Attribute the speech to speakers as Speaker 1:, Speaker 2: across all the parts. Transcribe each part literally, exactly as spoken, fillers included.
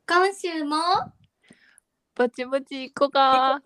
Speaker 1: 今週も
Speaker 2: ぼちぼち行こうか。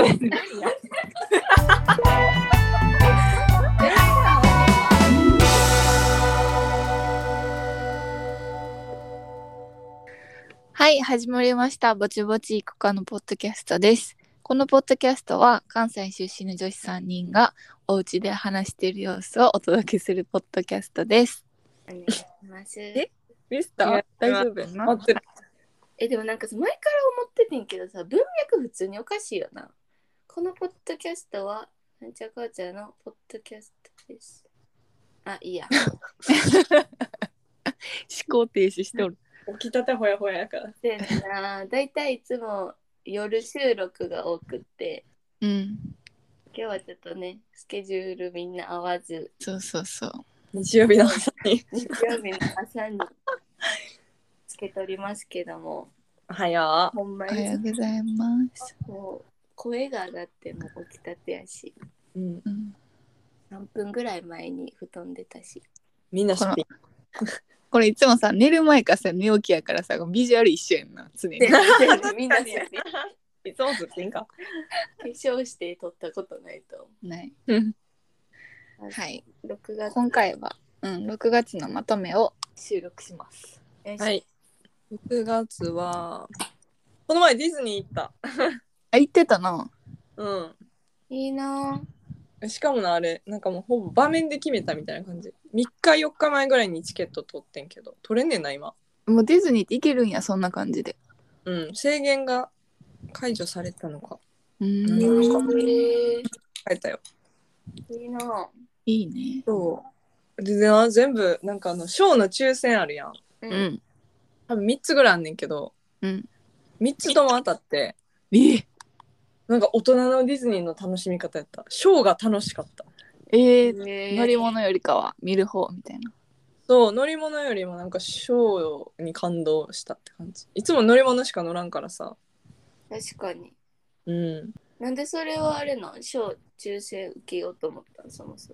Speaker 2: はい、始まりました。ぼちぼち行こうかのポッドキャストです。このポッドキャストは関西出身の女子さんにんがお家で話している様子をお届けするポッドキャストです。
Speaker 1: お願いします。
Speaker 2: えミスター大丈夫やな。
Speaker 1: え、でもなんか前から思っててんけどさ、文脈普通におかしいよな。このポッドキャストはなんちゃかちゃのポッドキャストです。あ、いいや。
Speaker 2: 思考停止しておる。
Speaker 3: 起きたてほやほややから。
Speaker 1: でな、だいたいいつも夜収録が多くって、
Speaker 2: うん。
Speaker 1: 今日はちょっとね、スケジュールみんな合わず、
Speaker 2: そうそうそう。
Speaker 3: 日曜日の朝に。
Speaker 1: 日曜日の朝につけとりますけども。
Speaker 3: おはよ
Speaker 1: ほんま
Speaker 2: おはよう
Speaker 1: に
Speaker 2: ございます。
Speaker 1: もう声が上がっても起きたてやし、
Speaker 3: う。うん。
Speaker 2: うん、
Speaker 1: さんぷんぐらい前に布団出たし。
Speaker 3: みんなスピン。
Speaker 2: これいつもさ、寝る前かさ寝起きやからさ、ビジュアル一緒やんな、常に。
Speaker 1: みんなで
Speaker 3: いつもすっぴんか。
Speaker 1: 化粧して撮ったことないと。
Speaker 2: ない。
Speaker 3: うん
Speaker 2: はい。
Speaker 1: ろくがつ
Speaker 2: 今回は、うん、ろくがつのまとめを収録します。
Speaker 3: はい。ろくがつはこの前ディズニー行った。
Speaker 2: あ、言ってたな。
Speaker 3: うん。
Speaker 1: いいな
Speaker 3: しかもなあれなんかもうほぼ場面で決めたみたいな感じ。みっかよっかまえぐらいにチケット取ってんけど取れんねんな今。
Speaker 2: もうディズニーって行けるんや、そんな感じで。
Speaker 3: うん。制限が解除されたのか。
Speaker 2: う
Speaker 3: うん
Speaker 2: ん。
Speaker 1: へえ
Speaker 3: 帰ったよ。
Speaker 1: いいない
Speaker 2: いね。
Speaker 3: そうでな全部なんかあのショーの抽選あるやん。
Speaker 1: う
Speaker 2: うんん。
Speaker 3: 多分みっつぐらいあんねんけど
Speaker 2: うん。
Speaker 3: みっつとも当たって
Speaker 2: え
Speaker 3: なんか大人のディズニーの楽しみ方やった。ショーが楽しかった。
Speaker 2: えー、
Speaker 1: へー
Speaker 2: 乗り物よりかは見る方みたいな。
Speaker 3: そう乗り物よりもなんかショーに感動したって感じ。いつも乗り物しか乗らんからさ。
Speaker 1: 確かに。
Speaker 3: うん
Speaker 1: なんでそれはあれなん小抽選受けようと思ったのそもそも。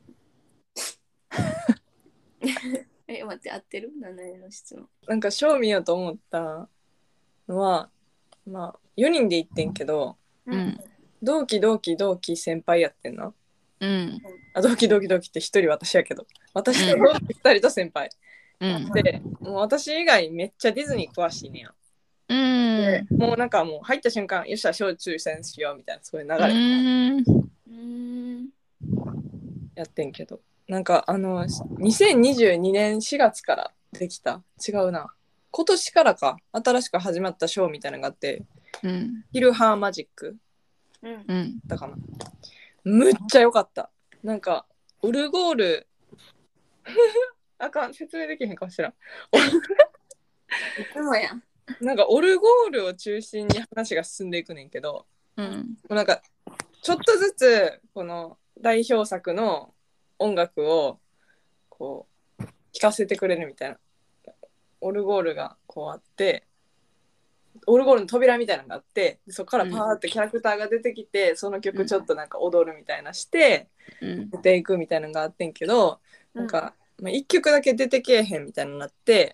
Speaker 1: え、待って合ってるななえの質問。
Speaker 3: なんかショー見ようと思ったのはまあよにんで行ってんけど
Speaker 2: うん
Speaker 3: 同期同期同期先輩やってんな。
Speaker 2: うん
Speaker 3: あ同期同期同期ってひとり私やけど私と同期ふたりと先輩、
Speaker 2: うん
Speaker 3: でもう私以外めっちゃディズニー詳しいねや。
Speaker 2: うん
Speaker 3: もうなんかもう入った瞬間よっしゃ小抽選しようみたいなそういう流れ
Speaker 2: うん
Speaker 1: うーん。
Speaker 3: やってんけどなんかあのにせんにじゅうにねんしがつからできた違うな今年からか新しく始まったショーみたいなのがあって
Speaker 2: うん
Speaker 3: ヒルハーマジック
Speaker 1: うん
Speaker 2: うん
Speaker 3: だかなむっちゃ良かった。なんかオルゴールあかん説明できへんかもしれん。
Speaker 1: いつもやん。
Speaker 3: なんかオルゴールを中心に話が進んでいくねんけど
Speaker 2: うん
Speaker 3: もうなんかちょっとずつこの代表作の音楽をこう聴かせてくれるみたいな。オルゴールがこうあってオルゴールの扉みたいなのがあってそこからパーってキャラクターが出てきて、うん、その曲ちょっとなんか踊るみたいなして出ていくみたいなのがあってんけど、うん、なんか、まあ、いっきょくだけ出てけえへんみたいになって、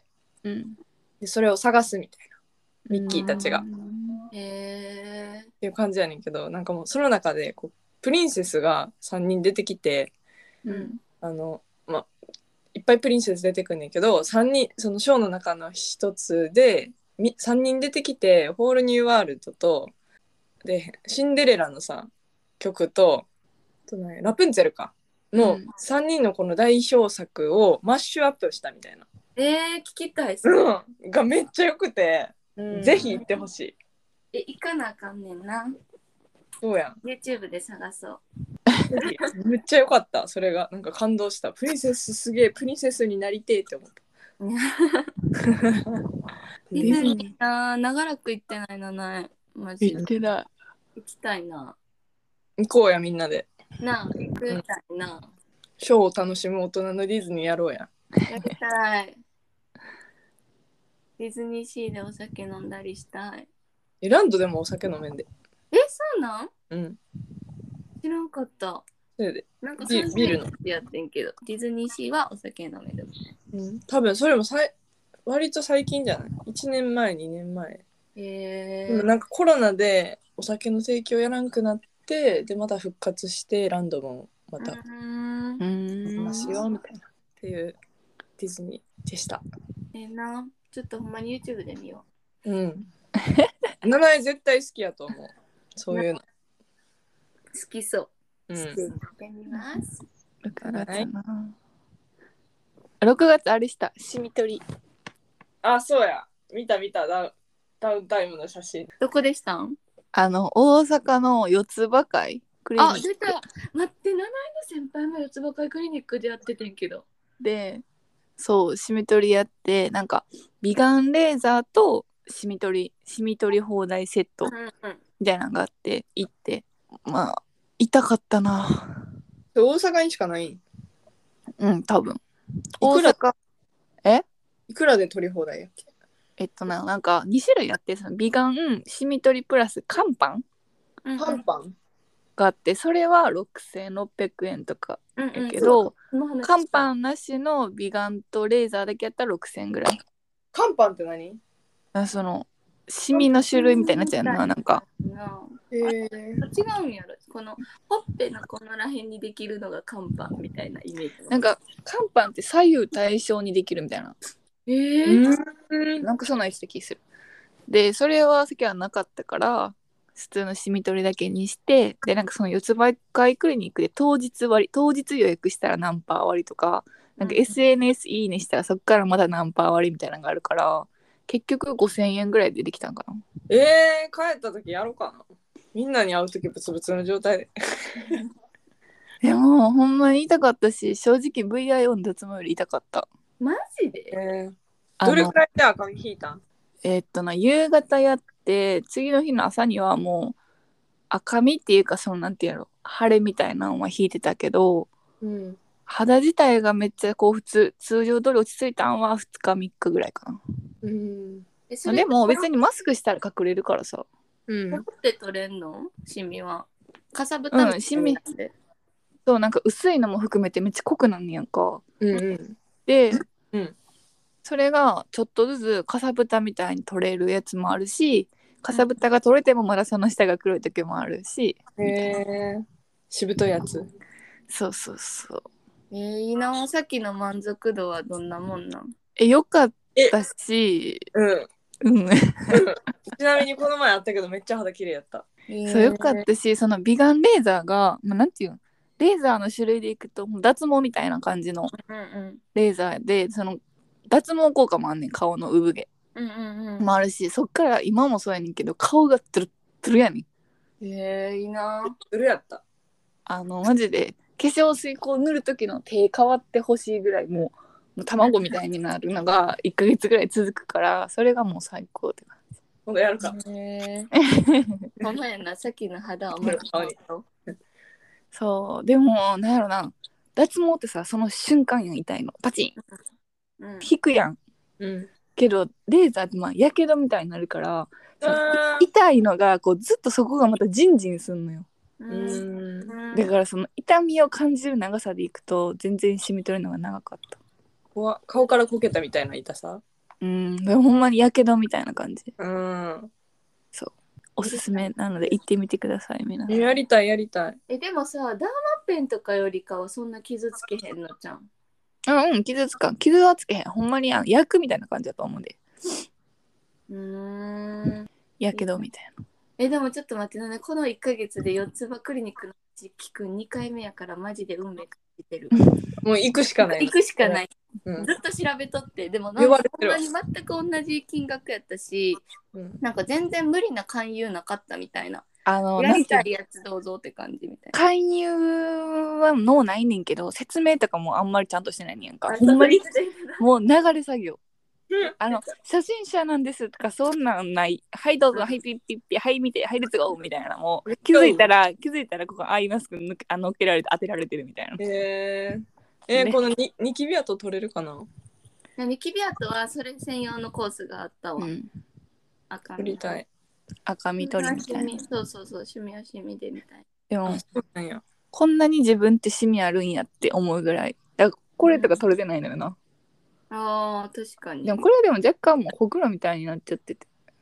Speaker 3: うん、でそれを探すみたいなミッキーたちが、
Speaker 1: へー
Speaker 3: っていう感じやねんけどなんかもうその中でこうプリンセスがさんにん出てきて、うん、あのまあいっぱいプリンセス出てくんねんけどさんにんそのショーの中の一つでさんにん出てきてホールニューワールドとでシンデレラのさ曲とと、ね、ラプンツェルかのさんにんのこの代表作をマッシュアップしたみたいな、
Speaker 1: えー、聞きたいっす、
Speaker 3: うん、がめっちゃよくて、うん、ぜひ行ってほしい。
Speaker 1: え、行かなあかんねんな。
Speaker 3: そうやん
Speaker 1: YouTube で探そう
Speaker 3: めっちゃよかった。それがなんか感動した。プリンセスすげえプリンセスになりてえって思った
Speaker 1: ディズニーな長らく行ってないなないマジ
Speaker 2: 行ってない
Speaker 1: 行きたいな。
Speaker 3: 行こうやみんなで
Speaker 1: なあ行くたいな、うん、
Speaker 3: ショーを楽しむ大人のディズニーやろうや。
Speaker 1: やりたいディズニーシーでお酒飲んだりしたい。
Speaker 3: えランドでもお酒飲めんで。
Speaker 1: え、そうなん？うん知らんかった。
Speaker 3: それで
Speaker 1: なんかビールのやってんけどディズニーシーはお酒飲める、
Speaker 3: うん、多分それもさい割と最近じゃないいちねんまえにねんまえ
Speaker 1: へえ。
Speaker 3: でもなんかコロナでお酒の提供やらんくなってでまた復活してランドもまた
Speaker 1: うーん。
Speaker 2: うーん
Speaker 3: ますよみたいなっていうディズニーでした。
Speaker 1: ええな。ちょっとほんまに YouTube で見よ
Speaker 3: うん名前絶対好きやと思うそういうの。
Speaker 1: う。好きそう。
Speaker 3: うん
Speaker 1: ちょっと見てみます。
Speaker 2: ろくがつな、ろくがつあれしたしみ取り。
Speaker 3: あそうや見た見たダウダウンタイムの写真。
Speaker 1: どこでしたん？
Speaker 2: あの大阪の四つ葉会クリニ
Speaker 1: あ、
Speaker 2: ック
Speaker 1: 出た。待って、七井の先輩も四つ葉会クリニックでやっててんけど。
Speaker 2: で、そうしみ取りやって、なんか美顔レーザーとしみ取りしみ取り放題セット
Speaker 1: うんうん。
Speaker 2: みたいなのがあって行って、まあ痛かったな。
Speaker 3: 大阪にしかないん？
Speaker 2: うん多分
Speaker 3: い
Speaker 2: 大
Speaker 3: くら
Speaker 2: 阪え
Speaker 3: いくらで取り放題やっけ？
Speaker 2: えっとななんかに種類あって、その美顔しみ取りプラス乾パン
Speaker 1: うんうん
Speaker 3: パンパン
Speaker 2: があって、それはろくせんろっぴゃくえんとか
Speaker 1: うんうん。
Speaker 2: やけど、
Speaker 1: その話
Speaker 2: 乾パンなしの美顔とレーザーだけやったらろくせんぐらい。
Speaker 3: 乾パンって何？
Speaker 2: あそのシミの種類みたいなやつやんな、なんか
Speaker 1: な
Speaker 3: へえ
Speaker 1: あ違うんやろ。このほっぺのこのらへんにできるのが乾パンみたいなイメージ。
Speaker 2: なんか乾パンって左右対称にできるみたいな、
Speaker 1: えー、
Speaker 3: うん
Speaker 2: なんかそんなやつで気する。でそれは席はなかったから普通のシミ取りだけにして、でなんかその四つ葉会クリニックで当日割当日予約したら何パー割とか、なんか エスエヌエス いいねしたらそっからまた何パー割みたいなのがあるから、結局ごせんえんぐらいでできたんかな。
Speaker 3: えー、帰った時やろうかな。みんなに会う時ブツブツの状態で。
Speaker 2: でもほんまに痛かったし、正直 ブイアイオー の脱毛より痛かった。
Speaker 1: マジで？
Speaker 3: えー、
Speaker 2: あの
Speaker 3: どれくらいで赤み引いたん？
Speaker 2: えーっとな夕方やって次の日の朝にはもう赤みっていうか、そのなんていうやろ腫れみたいなのは引いてたけど、
Speaker 3: うん
Speaker 2: 肌自体がめっちゃこう普通通常通り落ち着いたんはふつかみっかぐらいかな。
Speaker 3: うん
Speaker 1: えそれ
Speaker 2: でも別にマスクしたら隠れるからさ。
Speaker 3: うん
Speaker 1: どこで取れんの？シミはかさぶたみたいな
Speaker 2: うんシミ
Speaker 1: やつで。
Speaker 2: そうなんか薄いのも含めてめっちゃ濃くなんねやんか。
Speaker 3: うんうん
Speaker 2: で、
Speaker 3: うん
Speaker 2: それがちょっとずつかさぶたみたいに取れるやつもあるし、かさぶたが取れてもまだその下が黒い時もあるし、
Speaker 3: へえー、しぶといやつ。
Speaker 2: そうそうそう。
Speaker 1: えー、いいな。さっきの満足度はどんなもんなん？
Speaker 2: えよかったし、
Speaker 3: うん
Speaker 2: うん
Speaker 3: ちなみにこの前あったけどめっちゃ肌綺麗やった。
Speaker 2: そうよかったし、その美顔レーザーが、まあ、なんていうのレーザーの種類でいくと脱毛みたいな感じの
Speaker 1: うんうん
Speaker 2: レーザーで、その脱毛効果もあんねん、顔の産毛
Speaker 1: うんうんうん。
Speaker 2: もあるし、そっから今もそうやねんけど顔がトゥルットゥルやねん。
Speaker 1: えー、いいな。
Speaker 3: うるやった。
Speaker 2: あのマジで化粧水こう塗る時の手変わってほしいぐらいもう、もう卵みたいになるのがいっかげつぐらい続くから、それがもう最高って感じ。
Speaker 3: 今度やるか。
Speaker 1: えー、ほんまやな。さっきの肌をまた
Speaker 2: そうでもなんやろな、脱毛ってさその瞬間やん痛いのパチン
Speaker 1: うん
Speaker 2: 引くやん。
Speaker 3: うん
Speaker 2: けどレーザーってまあやけどみたいになるから、その
Speaker 3: あ
Speaker 2: 痛いのがこうずっとそこがまたジンジンすんのよ。
Speaker 1: う
Speaker 3: ーん
Speaker 1: ん
Speaker 2: だからその痛みを感じる長さでいくと全然染み取るのが長かった。
Speaker 3: 怖っ顔からこけたみたいな痛さ。
Speaker 2: うんでもほんまにやけどみたいな感じ。
Speaker 3: うん
Speaker 2: そうおすすめなので行ってみてください皆さん。
Speaker 3: やりたいやりたい。
Speaker 1: えでもさ、ダーマペンとかよりかはそんな傷つけへんのじゃん。
Speaker 2: あうん傷つかん傷はつけへん、ほんまにあの焼くみたいな感じだと思うんで、
Speaker 1: うーん。
Speaker 2: やけどみたいな。
Speaker 1: えでもちょっと待ってな、このいっかげつで四つ葉クリニックの話聞くにかいめやからマジで運命感じてる。
Speaker 3: もう行くしかない。
Speaker 1: 行くしかない。
Speaker 3: うん
Speaker 1: ずっと調べとって、でもなんか
Speaker 3: 呼ばれてるわ
Speaker 1: ほんまに全く同じ金額やったし、
Speaker 3: うん
Speaker 1: なんか全然無理な勧誘なかったみたいな。
Speaker 2: あの
Speaker 1: やりた
Speaker 2: なんていう
Speaker 1: いやつどうぞって感じみたいな。
Speaker 2: 介入は脳ないねんけど説明とかもあんまりちゃんとしてないねんか。
Speaker 1: あ
Speaker 2: ほんまに
Speaker 1: そういう
Speaker 2: もう流れ作業。
Speaker 3: うん
Speaker 2: あの初心者なんですとかそんなんない。はいどうぞ、はいピッピッピ、はい見て、はいレッツゴーみたいな、もう気づいたら気づいたらここアイマスク抜けあのっけられて当てられてるみたいな。
Speaker 3: へーえー
Speaker 2: ね
Speaker 3: このニニキビ跡取れるかな？
Speaker 1: ニキビアとはそれ専用のコースがあったわ。
Speaker 2: うん、
Speaker 1: あかん
Speaker 3: 取りたい。
Speaker 2: 赤み取りみたいな。
Speaker 1: そうそうそう、趣味は趣味でみたい
Speaker 2: でも
Speaker 3: あそうなんや。
Speaker 2: こんなに自分ってシミあるんやって思うぐらい。だからこれとか取れてないのよな。
Speaker 1: な。ああ、確かに。
Speaker 2: でもこれでも若干もうほくろみたいになっちゃってて。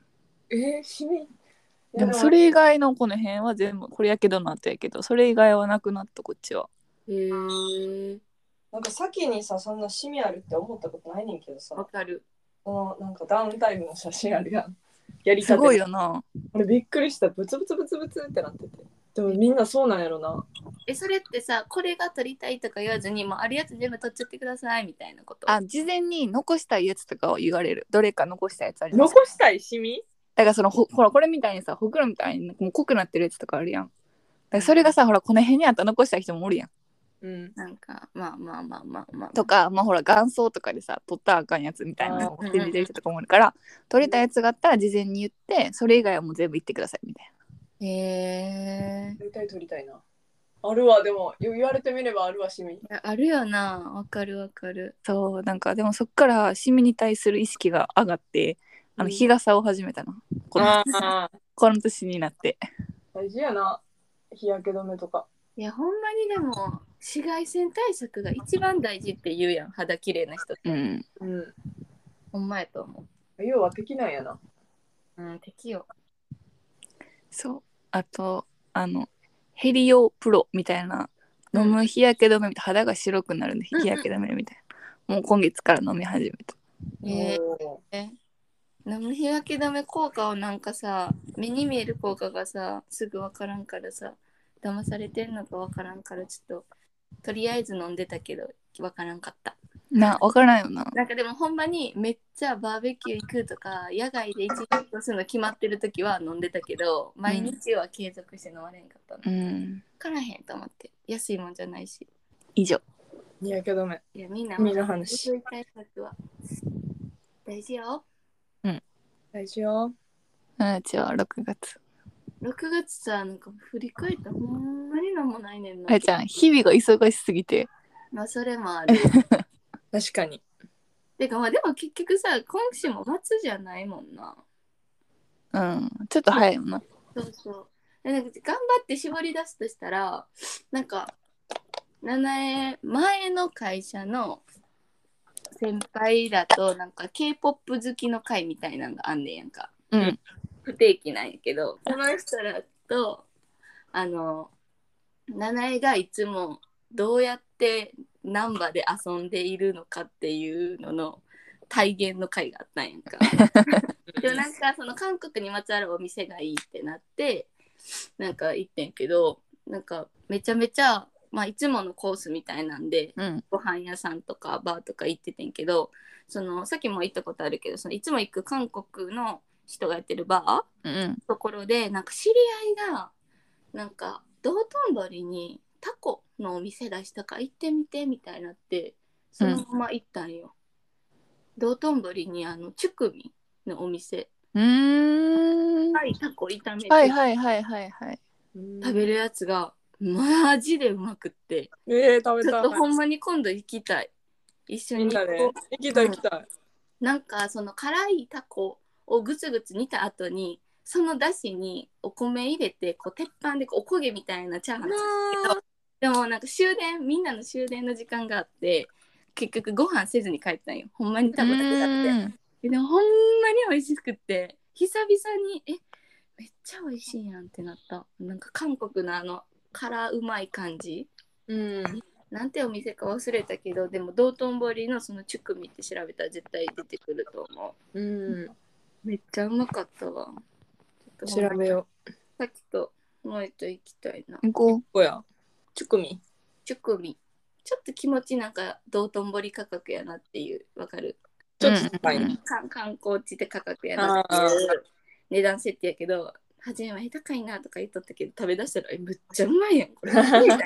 Speaker 3: えー、シミ。
Speaker 2: でもそれ以外のこの辺は全部これやけどなったやけど、それ以外はなくなったこっちは。
Speaker 1: へえ。
Speaker 3: なんか先にさ、そんなシミあるって思ったことないねんけどさ、
Speaker 1: わかる。
Speaker 3: このなんかダウンタイムの写真あるやん。やりたての
Speaker 2: すごいよな。
Speaker 3: あれびっくりした。ブツブツブツブツってなってて。でもみんなそうなんやろな。
Speaker 1: え、それってさ、これが撮りたいとか言わずに、もうあるやつ全部撮っちゃってくださいみたいなこと。
Speaker 2: あ、事前に残したいやつとかを言われる。どれか残したやつあります。
Speaker 3: 残したいシミ
Speaker 2: だからそのほほらこれみたいにさ、ほくろみたいにもう濃くなってるやつとかあるやん。だからそれがさ、ほらこの辺にあったら残したい人もおるやん。
Speaker 3: うん。
Speaker 1: なんか、まあまあまあまあまあ。
Speaker 2: とか、まあほら眼相とかでさ、取ったらあかんやつみたいなのを
Speaker 1: あー
Speaker 2: 信じてる人とかもいるから、取れたやつがあったら事前に言って、それ以外はもう全部言ってくださいみたいな。
Speaker 1: へえ。
Speaker 3: 撮りたい撮りたいな。あるわ、でも言われてみればあるわ、シミ。
Speaker 1: あるよな。わかるわかる。
Speaker 2: そう、なんかでもそっからシミに対する意識が上がって、あの
Speaker 1: うん
Speaker 2: 日傘を始めたの。この
Speaker 3: ああ、
Speaker 2: この年になって。
Speaker 3: 大事やな。日焼け止めとか。
Speaker 1: いや、ほんまにでも、紫外線対策が一番大事って言うやん。肌綺麗な人って。
Speaker 2: うん。
Speaker 3: うん。
Speaker 1: ほんまやと思
Speaker 3: 要は敵なんやな。
Speaker 1: う。うん、敵よ。
Speaker 2: そう。あと、あの、ヘリオプロみたいな、飲む日焼け止めみたいな、肌が白くなるんで、
Speaker 1: うんうん
Speaker 2: 日焼け止めみたいな。もう今月から飲み始めた。
Speaker 1: えー
Speaker 3: おー
Speaker 1: え飲む日焼け止め効果をなんかさ、目に見える効果がさ、すぐわからんからさ、騙されてんのかわからんから、ちょっと、とりあえず飲んでたけど、わからんかった。
Speaker 2: な、わからんよな。
Speaker 1: なんかでもほんまにめっちゃバーベキュー行くとか、野外で一日とするの決まってる時は飲んでたけど、毎日は継続して飲まれんかったの。
Speaker 2: う
Speaker 1: わ
Speaker 2: ん。
Speaker 1: からへんと思って。安いもんじゃないし。
Speaker 2: 以上。
Speaker 3: 日焼け止め。
Speaker 1: いや、みんな、
Speaker 3: みんな話
Speaker 1: そうい対策は大事よ。
Speaker 3: 大事よ。
Speaker 2: うちはろくがつ。
Speaker 1: ろくがつさ、なんか振り返ったらほんまになんもないねんな。
Speaker 2: あれちゃん、日々が忙しすぎて。
Speaker 1: まあ、それもある。
Speaker 3: 確かに。
Speaker 1: てか、まあ、でも結局さ、今週も末じゃないもんな。
Speaker 2: うん。ちょっと早いよな。
Speaker 1: そうそう。でなんか頑張って絞り出すとしたら、なんか、七重前の会社の先輩だと、なんか K-ポップ 好きの会みたいなのがあんねんやんか。
Speaker 2: うん。
Speaker 1: 不定期なんやけど、その人らと、あの、七重がいつもどうやってナンバで遊んでいるのかっていうのの体現の会があったんやんか。でもなんかその韓国にまつわるお店がいいってなってなんか行ってんけど、なんかめちゃめちゃ、まあ、いつものコースみたいなんで、
Speaker 2: うん。
Speaker 1: ご飯屋さんとかバーとか行っててんけど、そのさっきも言ったことあるけど、そのいつも行く韓国の人がやってるバー
Speaker 2: うん。
Speaker 1: ところで、なんか知り合いがなんか道頓堀にタコのお店出したから行ってみてみたいになって、そのまま行ったんよ。道頓堀にあのチュクミのお店、
Speaker 2: うーん。
Speaker 1: はい、タコ炒めて、
Speaker 2: はいはいはいはいはい。
Speaker 1: 食べるやつがマジでうまくって、
Speaker 3: えー、食べ
Speaker 1: ちょ
Speaker 3: たい。
Speaker 1: っとほんまに今度行きたい。一緒に
Speaker 3: みんなで。
Speaker 1: 行こ
Speaker 3: 行きたい行きたい。
Speaker 1: う。なんかその辛いタコをぐつぐつ煮た後に、そのだしにお米入れて、こう鉄板でこうおこげみたいなチャーハン作るけど、でもなんか終電、みんなの終電の時間があって、結局ご飯せずに帰ったんよ。ほんまにタコだけだって。
Speaker 2: うん
Speaker 1: でもほんまに美味しくって、久々に、え、めっちゃ美味しいやんってなった。なんか韓国のあの辛うまい感じ。
Speaker 3: うん。
Speaker 1: なんてお店か忘れたけど、でも道頓堀のそのチュクミって調べたら絶対出てくると思う。
Speaker 3: うん。
Speaker 1: めっちゃうまかったわ。ちょっと
Speaker 3: 調べよう。
Speaker 1: さっきともえと行きたいな。
Speaker 2: 行こう。
Speaker 3: こや。チュクミ。
Speaker 1: チュクミ。ちょっと気持ちなんか道頓堀価格やなっていう、わかる？
Speaker 3: ちょっと高いね。
Speaker 1: 観観光地で価格やなっていう値段設定やけど、初めは高いなとか言っとったけど、食べ出したらえむっちゃうまいやんこれみたいになって、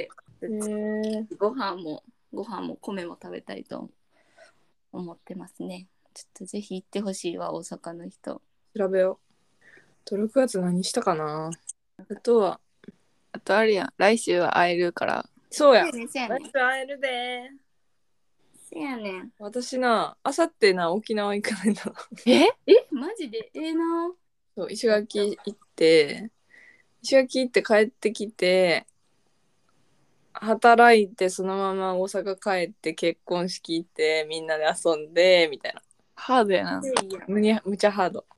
Speaker 3: へー
Speaker 1: ご飯もご飯も米も食べたいと思ってますね。ちょっとぜひ行ってほしいわ、大阪の人。
Speaker 3: 調べよう。とろくがつ何したかな。あとは、
Speaker 2: あとあれやん、来週は会えるから。
Speaker 3: そうや。
Speaker 1: せやねんせやねん
Speaker 3: 来週会えるで。
Speaker 1: せやねん。
Speaker 3: 私な、あさってな、沖縄行かないの。
Speaker 2: え
Speaker 1: えマジでええー、な。
Speaker 3: そう、石垣行って、石垣行って帰ってきて、働いてそのまま大阪帰って結婚式行ってみんなで遊んでみたいな。
Speaker 2: ハードやな。
Speaker 1: いや
Speaker 3: むにゃむちゃハード。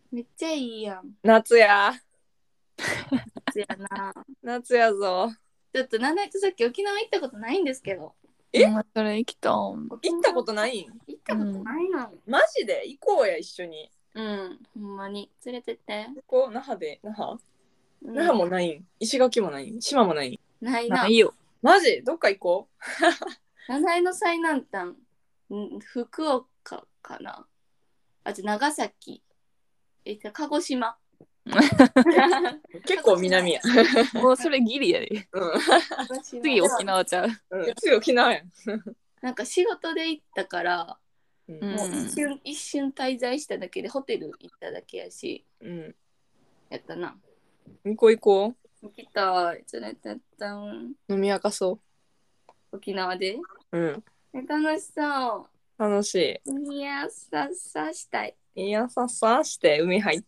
Speaker 1: めっちゃいいやん。
Speaker 3: 夏や。
Speaker 1: 夏やな。
Speaker 3: 夏やぞ。
Speaker 1: ちょっと七重とさっき沖縄行ったことないんですけど。
Speaker 3: え
Speaker 2: うん、それ生きたん。
Speaker 3: 行ったことないん？
Speaker 1: 行ったことないの。
Speaker 3: マジで行こうや、一緒に。
Speaker 1: うん、ほんまに連れてって。
Speaker 3: ここ、那覇で、那覇、
Speaker 1: うん、
Speaker 3: 那覇もないん？石垣もないん？島もないん？
Speaker 1: ないな。
Speaker 2: ないよ。
Speaker 3: マジ？どっか行こ
Speaker 1: 七重の最南端、ん福岡かな。あと長崎。えっと、鹿児島。
Speaker 3: う。結構南や。
Speaker 2: もうそれギリやで。
Speaker 3: うん。
Speaker 1: 鹿児島
Speaker 2: 次沖縄ちゃう。
Speaker 3: うん、次沖縄やん。
Speaker 1: なんか仕事で行ったから、
Speaker 3: うん
Speaker 2: うん
Speaker 1: もう一瞬、一瞬滞在しただけでホテル行っただけやし、
Speaker 3: うん。
Speaker 1: やったな。
Speaker 3: 行こう行こ
Speaker 1: 行きたい。連れてったん。
Speaker 3: う。飲み明かそ
Speaker 1: 沖縄で。
Speaker 3: う。うん。
Speaker 1: え楽しそ
Speaker 3: 楽し
Speaker 1: う。いや、ささしたい。
Speaker 3: い。いやささして海入って。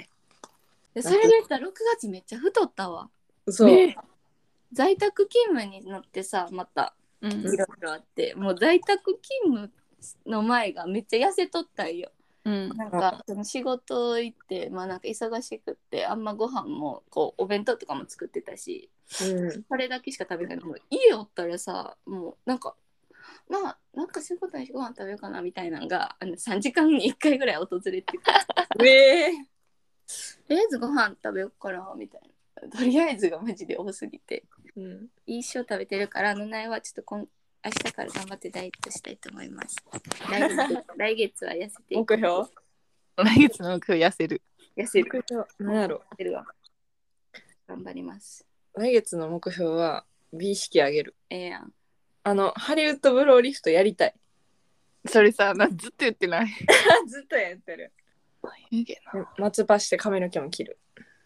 Speaker 1: でそれで言ったらろくがつめっちゃ太ったわ。
Speaker 3: そう。
Speaker 2: ね
Speaker 1: 在宅勤務になってさ、また
Speaker 2: うん
Speaker 1: いろいろあって、もう在宅勤務の前がめっちゃ痩せとったんよ。
Speaker 2: うん
Speaker 1: なんかその仕事行ってまあなんか忙しくってあんまご飯もこうお弁当とかも作ってたし、
Speaker 3: うん。
Speaker 1: それだけしか食べないの。もう家おったらさ、もうなんかまあなんか仕事にご飯食べようかなみたいなのがあのさんじかんにいっかいぐらい訪れてくる。
Speaker 3: ええ
Speaker 1: とりあえずご飯食べようかなみたいな。とりあえずがマジで多すぎて。
Speaker 3: うん。
Speaker 1: いい一生食べてるから七重はちょっと今明日から頑張ってダイエットしたいと思います。来月来月は痩せていく。
Speaker 3: 目標
Speaker 2: 来月の目標痩せる。
Speaker 1: 痩せる。
Speaker 3: 目標何やろ。
Speaker 1: 痩せるわ。頑張ります。
Speaker 3: 来月の目標は美意識上げる。
Speaker 1: ええやん。
Speaker 3: あのハリウッドブローリフトやりたい。
Speaker 2: それさ、なずっと言ってない。
Speaker 3: ずっとやってる。
Speaker 2: 眉毛な。
Speaker 3: 松葉して髪の毛も切る。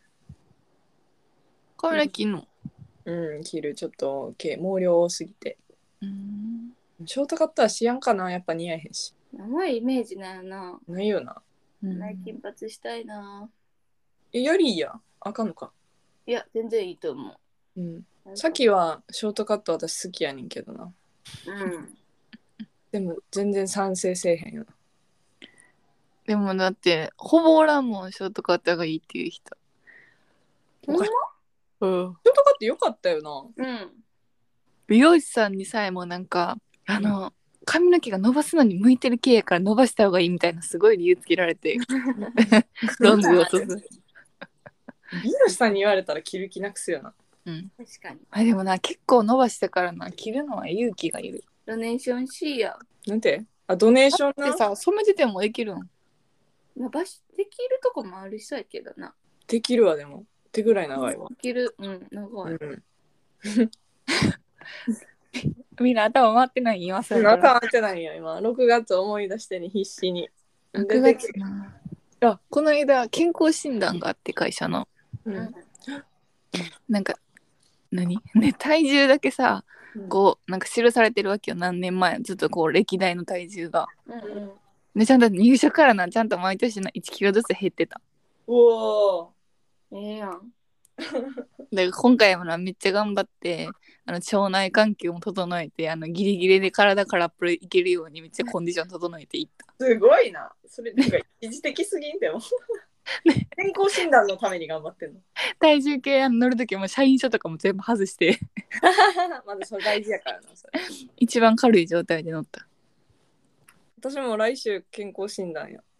Speaker 2: カメラ切んの。
Speaker 3: うん、切る。ちょっと毛毛量多すぎて。
Speaker 2: うん。
Speaker 3: ショートカットはしやんかな。やっぱ似合えへんし。
Speaker 1: 甘いイメージなんやな。
Speaker 3: ないよな。
Speaker 1: ない金髪したいな。
Speaker 3: え、やりいや。あかんのか。
Speaker 1: いや、全然いいと思う。
Speaker 3: うん。さっきはショートカット私好きやねんけどな。
Speaker 1: うん。
Speaker 3: でも全然賛成せえへんよな。
Speaker 2: でもだってほぼおらんもん、ショートカットがいいっていう人。
Speaker 1: ほんま？
Speaker 2: うん。
Speaker 3: ショートカットよかったよな。
Speaker 1: うん。
Speaker 2: 美容師さんにさえもなんかあの、髪の毛が伸ばすのに向いてる系やから伸ばした方がいいみたいなすごい理由つけられてロングを落とす。
Speaker 3: 美容師さんに言われたら着る気なくすよな。
Speaker 2: うん。
Speaker 1: 確かに。
Speaker 2: あでもな結構伸ばしたからな切るのは勇気がいる。
Speaker 1: ドネーション C や。
Speaker 3: なんてあ、ドネーションな。
Speaker 2: でさ染めててもできるん。
Speaker 1: 伸ばしできるとこもある人やけどな。
Speaker 3: できるわでも。手ぐらい長いわ。
Speaker 1: できる。うん、長い。
Speaker 3: うん。
Speaker 2: みんな頭回ってない今更。
Speaker 3: 中合ってないよ今。ろくがつ思い出してに必死に。
Speaker 2: ろくがつな。あこの間健康診断があって会社の
Speaker 3: う。
Speaker 1: うんん。
Speaker 2: なんか何ね体重だけさ
Speaker 3: うん
Speaker 2: こうなんか記されてるわけよ、何年前ずっとこう歴代の体重が。
Speaker 1: うんうん。
Speaker 2: でちゃんと入社からなちゃんと毎年ないちキロずつ減ってた。
Speaker 3: うお
Speaker 1: ええやん。
Speaker 2: で今回もなめっちゃ頑張ってあの腸内環境も整えてあのギリギリで体空っぽでいけるようにめっちゃコンディション整えていった。
Speaker 3: ーすごいな。それなんか一時的すぎんでも。健康診断のために頑張ってんの。
Speaker 2: 体重計あの乗るときも社員証とかも全部外して
Speaker 3: まだそれ大事やからなそれ。
Speaker 2: 一番軽い状態で乗った。
Speaker 3: 私も来週健康診断や。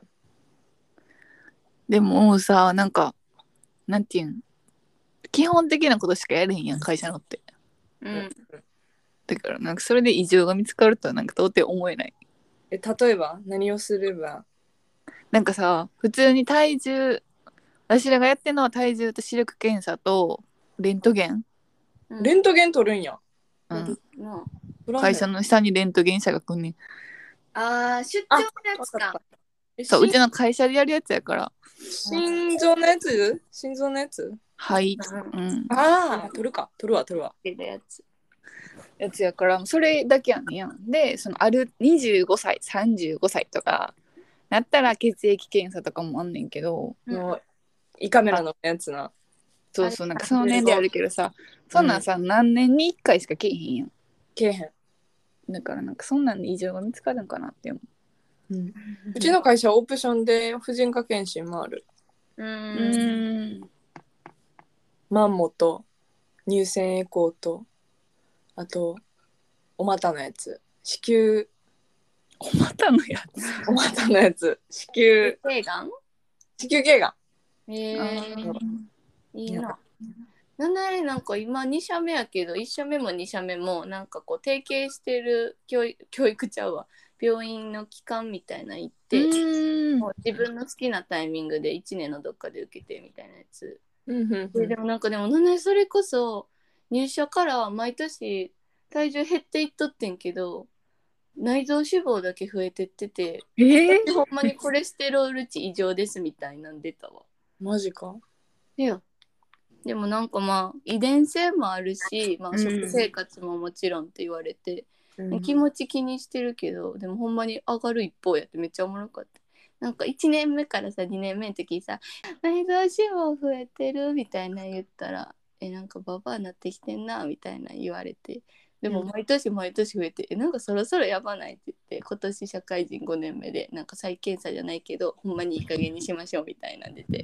Speaker 2: でももうさなんかなんていうん基本的なことしかやれへんやん会社のって。
Speaker 1: うん。
Speaker 2: だからなんかそれで異常が見つかるとはなんか到底思えない。
Speaker 3: え、例えば何をすれば。
Speaker 2: なんかさ普通に体重私らがやってるのは体重と視力検査とレントゲン、
Speaker 1: うん
Speaker 3: レントゲン取るんや。
Speaker 2: うん、
Speaker 1: な
Speaker 2: 会社の下にレントゲン車が来んねん。
Speaker 1: ああ、出張のやつか
Speaker 3: わかっ。た。え
Speaker 2: そううち
Speaker 3: 心
Speaker 2: の会社でやるやつやから
Speaker 3: 心臓のやつ心臓のやつ
Speaker 2: はい、
Speaker 1: う
Speaker 2: うん、
Speaker 3: ああ、取るか。取るわ、取るわ。
Speaker 1: 出たやつ。
Speaker 2: やつやからそれだけやねんやん。でそのあるにじゅうごさいさんじゅうごさいとかなったら血液検査とかもあんねんけど、
Speaker 1: うん
Speaker 3: の胃カメラのやつな。
Speaker 2: そうそうなんかその年齢あるけどさそんなんさ、何年にいっかいしかけえへんやん。
Speaker 3: けえへん。
Speaker 2: だからなんかそんなんで異常が見つかるんかなって思う。
Speaker 3: うん、うちの会社はオプションで婦人科検診もある。
Speaker 1: う
Speaker 2: う
Speaker 1: ーん。
Speaker 2: ん。
Speaker 3: マンモと乳腺エコーとあとお股のやつ子宮
Speaker 2: お股のやつ。
Speaker 3: お股のやつ子宮
Speaker 1: 頸がん？
Speaker 3: 子宮頸がん
Speaker 1: へ
Speaker 2: あ
Speaker 1: え
Speaker 2: ー
Speaker 1: いいな。なんであれなんか今に社目やけどいち社目もに社目もなんかこう提携してる教育、教育ちゃうわ病院の機関みたいなの行っ
Speaker 2: う
Speaker 1: て、
Speaker 2: ん
Speaker 1: もう自分の好きなタイミングでいちねんのどっかで受けてみたいなやつ
Speaker 3: うんうん
Speaker 1: で、でもなんかでもなんでそれこそ入社から毎年体重減っていっとってんけど内臓脂肪だけ増えてってて、
Speaker 2: えー、
Speaker 1: ほんまにコレステロール値異常ですみたいなん出たわ。
Speaker 3: マジか
Speaker 1: いやでもなんかまあ遺伝性もあるし、まあ、
Speaker 2: うん
Speaker 1: 食生活ももちろんって言われて、
Speaker 3: うん
Speaker 1: 気持ち気にしてるけどでもほんまに上がる一方やってめっちゃおもろかった。なんかいちねんめからさにねんめの時にさ内臓脂肪増えてるみたいな言ったらえなんかババアなってきてんなみたいな言われて、でも毎年毎年増えて、えなんかそろそろやばないって言って今年社会人ごねんめでなんか再検査じゃないけどほんまにいい加減にしましょうみたいなん出て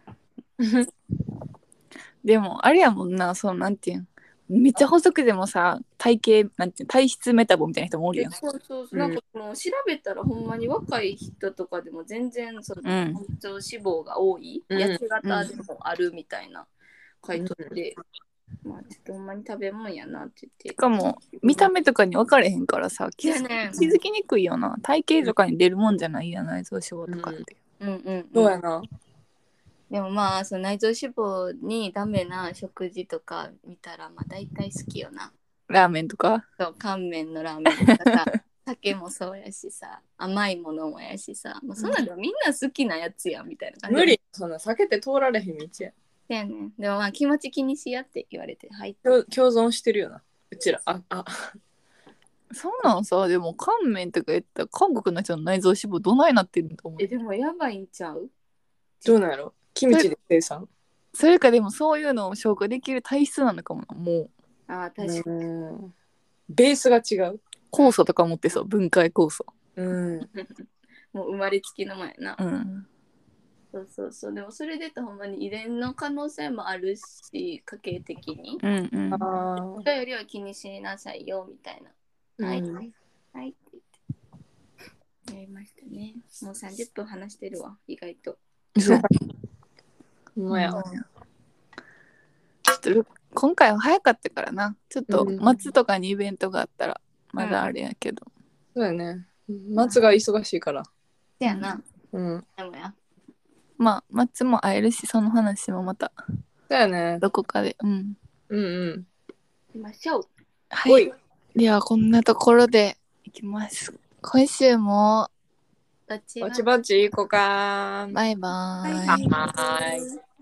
Speaker 2: でもあれやもんな、そうなんていうん、めっちゃ細くでもさ体型なんていうの体質メタボみたいな人もおるやん。
Speaker 1: そうそうそう、
Speaker 3: うん
Speaker 1: なんかもう調べたらほんまに若い人とかでも全然その
Speaker 2: うん
Speaker 1: 内臓脂肪が多い、
Speaker 3: うん
Speaker 1: 痩せ型でもあるみたいな書いとって、まあちょっとほんまに食べ物やなって言って
Speaker 2: しかも見た目とかに分かれへんからさ気づ
Speaker 1: いやね
Speaker 2: 気づきにくいよな。体型とかに出るもんじゃないや内臓脂肪とかって。
Speaker 1: うんうんうん、
Speaker 3: そうやな
Speaker 1: でもまあその内臓脂肪にダメな食事とか見たらまあ大体好きよな。
Speaker 2: ラーメンとか。
Speaker 1: そう乾麺のラーメンとかさ酒もそうやしさ甘いものもやしさ、まあ、そんなのみんな好きなやつやんみたいな感じで
Speaker 3: 無理そんな避けて通られへん道や
Speaker 1: やねでもまあ気持ち気にしやって言われてはい
Speaker 3: 共共存してるよなうちらああ
Speaker 2: そんなんさでも乾麺とか言ったら韓国の人の内臓脂肪どないなってるんと思う。
Speaker 1: えでもやばいんちゃう？
Speaker 3: どうなんやろキムチで生産
Speaker 2: それかでもそういうのを消化できる体質なのかもな。もう
Speaker 1: あー確かに、
Speaker 3: うんベースが違う
Speaker 2: 酵素とか持ってそう分解酵素。
Speaker 3: うん
Speaker 1: もう生まれつきの前な、
Speaker 2: うん
Speaker 1: そうそうそうでもそれで言うとほんまに遺伝の可能性もあるし家系的に
Speaker 2: うんうん。
Speaker 3: あ
Speaker 1: 人よりは気にしなさいよみたいな、はい
Speaker 3: うん
Speaker 1: はいはいって言ってやりましたね。もうさんじゅっぷん話してるわ意外と。
Speaker 2: そう。
Speaker 3: ほんまや
Speaker 2: ちょっと今回は早かったからな。ちょっと
Speaker 3: うん
Speaker 2: 末とかにイベントがあったらまだあれやけど。
Speaker 3: そうやね松が忙しいから
Speaker 1: せやな、
Speaker 3: うん
Speaker 1: でもや
Speaker 2: まあ末も会えるしその話もまた
Speaker 3: そうやね
Speaker 2: どこかで。うん。
Speaker 3: うんうん
Speaker 1: 行きましょう。
Speaker 2: はい。ではこんなところでいきます。今週も
Speaker 1: バチ
Speaker 3: バチバチ行こうか
Speaker 2: バイバーイ。
Speaker 1: バイバイ
Speaker 3: はーい